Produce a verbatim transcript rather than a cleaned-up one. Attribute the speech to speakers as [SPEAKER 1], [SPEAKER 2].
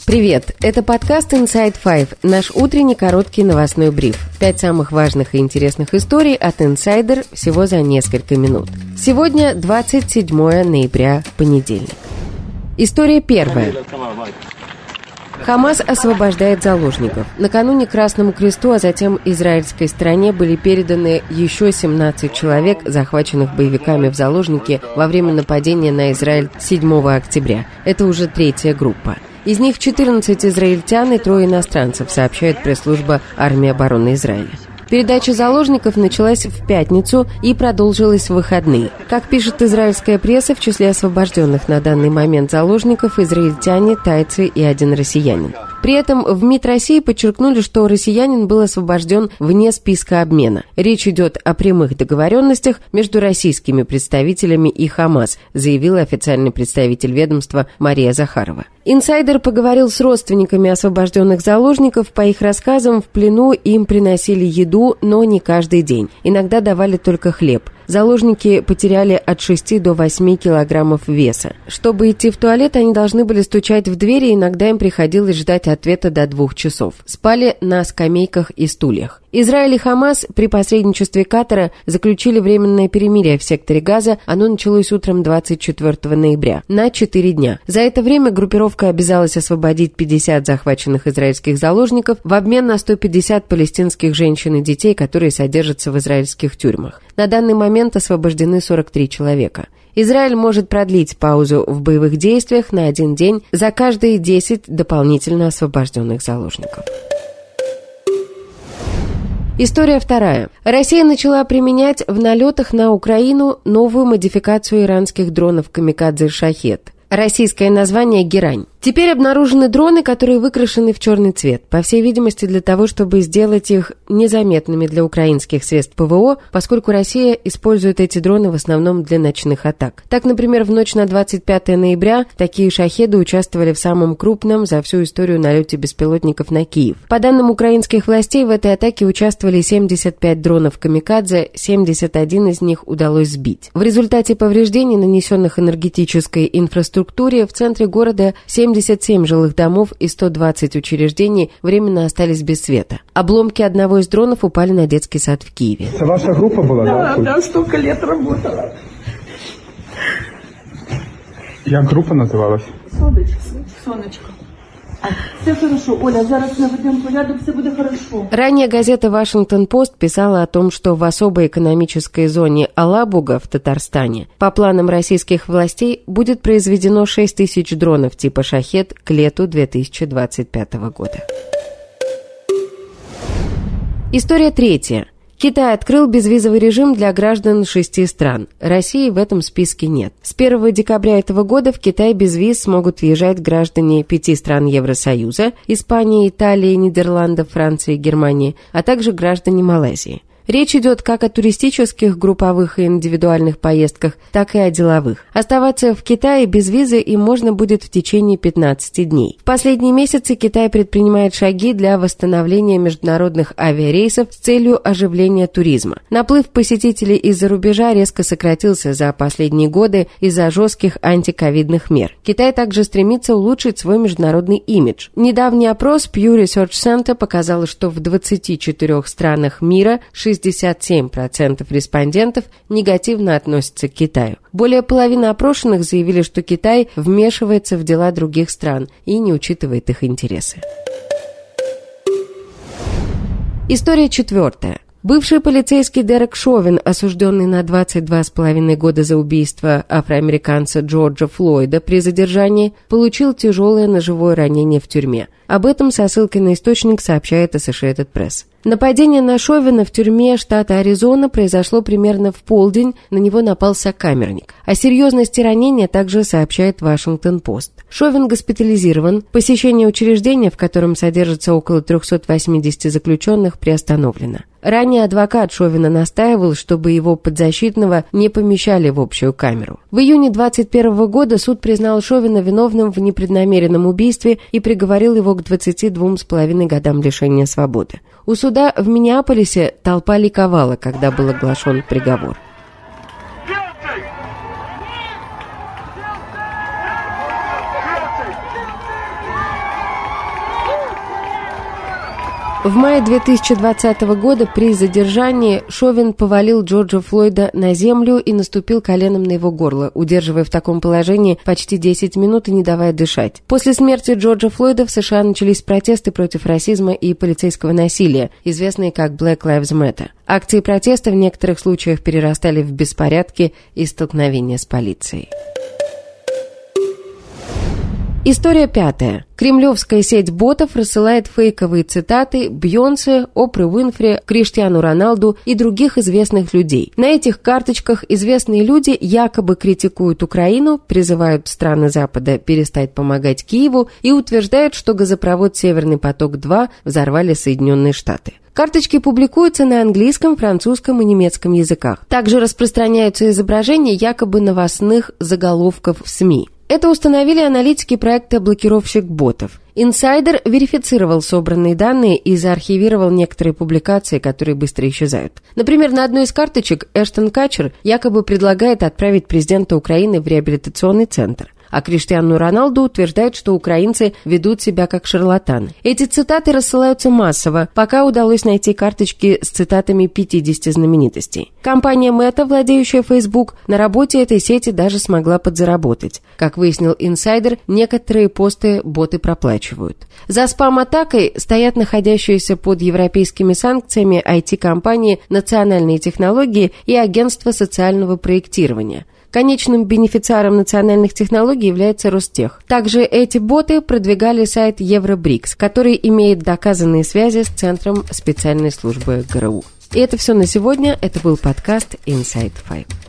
[SPEAKER 1] Привет! Это подкаст Inside Five, наш утренний короткий новостной бриф. Пять самых важных и интересных историй от Insider всего за несколько минут. Сегодня двадцать седьмое ноября, понедельник. История первая. Хамас освобождает заложников. Накануне Красному Кресту, а затем израильской стране были переданы еще семнадцать человек, захваченных боевиками в заложники во время нападения на Израиль седьмого октября. Это уже третья группа. Из них четырнадцать израильтян и трое иностранцев, сообщает пресс-служба армии обороны Израиля. Передача заложников началась в пятницу и продолжилась в выходные. Как пишет израильская пресса, в числе освобожденных на данный момент заложников израильтяне, тайцы и один россиянин. При этом в МИД России подчеркнули, что россиянин был освобожден вне списка обмена. Речь идет о прямых договоренностях между российскими представителями и Хамас, заявила официальный представитель ведомства Мария Захарова. Инсайдер поговорил с родственниками освобожденных заложников. По их рассказам, в плену им приносили еду, но не каждый день. Иногда давали только хлеб. Заложники потеряли от шести до восьми килограммов веса. Чтобы идти в туалет, они должны были стучать в двери, и иногда им приходилось ждать ответа до двух часов. Спали на скамейках и стульях. Израиль и Хамас при посредничестве Катара заключили временное перемирие в секторе Газа. Оно началось утром двадцать четвёртого ноября на четыре дня. За это время группировка обязалась освободить пятьдесят захваченных израильских заложников в обмен на сто пятьдесят палестинских женщин и детей, которые содержатся в израильских тюрьмах. На данный момент освобождены сорок три человека. Израиль может продлить паузу в боевых действиях на один день за каждые десять дополнительно освобожденных заложников. История вторая. Россия начала применять в налетах на Украину новую модификацию иранских дронов «Камикадзе Шахед». Российское название «Герань». Теперь обнаружены дроны, которые выкрашены в черный цвет, по всей видимости для того, чтобы сделать их незаметными для украинских средств ПВО, поскольку Россия использует эти дроны в основном для ночных атак. Так, например, в ночь на двадцать пятое ноября такие «Шахеды» участвовали в самом крупном за всю историю налете беспилотников на Киев. По данным украинских властей, в этой атаке участвовали семьдесят пять дронов «Камикадзе», семьдесят один из них удалось сбить. В результате повреждений, нанесенных энергетической инфраструктуре, в центре города семьдесят семь жилых домов и сто двадцать учреждений временно остались без света. Обломки одного из дронов упали на детский сад в Киеве.
[SPEAKER 2] Это ваша группа была, да?
[SPEAKER 3] Да, да, столько лет работала.
[SPEAKER 2] Як группа называлась?
[SPEAKER 3] Сонечко, сонечко. Все хорошо, Оля, зараз наведем порядок, все будет хорошо.
[SPEAKER 1] Ранее газета «Вашингтон-Пост» писала о том, что в особой экономической зоне Алабуга в Татарстане по планам российских властей будет произведено шесть тысяч дронов типа «Шахед» к лету две тысячи двадцать пятого года. История третья. Китай открыл безвизовый режим для граждан шести стран. России в этом списке нет. С первого декабря этого года в Китай без виз смогут въезжать граждане пяти стран Евросоюза – Испании, Италии, Нидерландов, Франции, Германии, а также граждане Малайзии. Речь идет как о туристических, групповых и индивидуальных поездках, так и о деловых. Оставаться в Китае без визы им можно будет в течение пятнадцати дней. В последние месяцы Китай предпринимает шаги для восстановления международных авиарейсов с целью оживления туризма. Наплыв посетителей из-за рубежа резко сократился за последние годы из-за жестких антиковидных мер. Китай также стремится улучшить свой международный имидж. Недавний опрос Pew Research Center показал, что в двадцати четырёх странах мира шестьдесят семь процентов респондентов негативно относятся к Китаю. Более половины опрошенных заявили, что Китай вмешивается в дела других стран и не учитывает их интересы. История четвертая. Бывший полицейский Дерек Шовин, осужденный на двадцать два с половиной года за убийство афроамериканца Джорджа Флойда при задержании, получил тяжелое ножевое ранение в тюрьме. Об этом со ссылкой на источник сообщает Associated Press. Нападение на Шовина в тюрьме штата Аризона произошло примерно в полдень, на него напал сокамерник. О серьезности ранения также сообщает Вашингтон-Пост. Шовин госпитализирован, посещение учреждения, в котором содержится около триста восемьдесят заключенных, приостановлено. Ранее адвокат Шовина настаивал, чтобы его подзащитного не помещали в общую камеру. В июне двадцать первого года суд признал Шовина виновным в непреднамеренном убийстве и приговорил его к двадцати двум с половиной годам лишения свободы. У суда в Миннеаполисе толпа ликовала, когда был оглашен приговор. В мае две тысячи двадцатого года при задержании Шовин повалил Джорджа Флойда на землю и наступил коленом на его горло, удерживая в таком положении почти десять минут и не давая дышать. После смерти Джорджа Флойда в США начались протесты против расизма и полицейского насилия, известные как Black Lives Matter. Акции протеста в некоторых случаях перерастали в беспорядки и столкновения с полицией. История пятая. Кремлевская сеть ботов рассылает фейковые цитаты Бейонсе, Опры Уинфри, Криштиану Роналду и других известных людей. На этих карточках известные люди якобы критикуют Украину, призывают страны Запада перестать помогать Киеву и утверждают, что газопровод «Северный поток-два» взорвали Соединенные Штаты. Карточки публикуются на английском, французском и немецком языках. Также распространяются изображения якобы новостных заголовков в СМИ. Это установили аналитики проекта «Блокировщик ботов». Инсайдер верифицировал собранные данные и заархивировал некоторые публикации, которые быстро исчезают. Например, на одной из карточек Эштон Катчер якобы предлагает отправить президента Украины в реабилитационный центр. А Криштиану Роналду утверждает, что украинцы ведут себя как шарлатаны. Эти цитаты рассылаются массово, пока удалось найти карточки с цитатами пятидесяти знаменитостей. Компания Meta, владеющая Facebook, на работе этой сети даже смогла подзаработать. Как выяснил инсайдер, некоторые посты боты проплачивают. За спам-атакой стоят находящиеся под европейскими санкциями ай ти-компании «Национальные технологии» и Агентство социального проектирования. Конечным бенефициаром национальных технологий является Ростех. Также эти боты продвигали сайт Евробрикс, который имеет доказанные связи с Центром специальной службы ГРУ. И это все на сегодня. Это был подкаст Inside Five.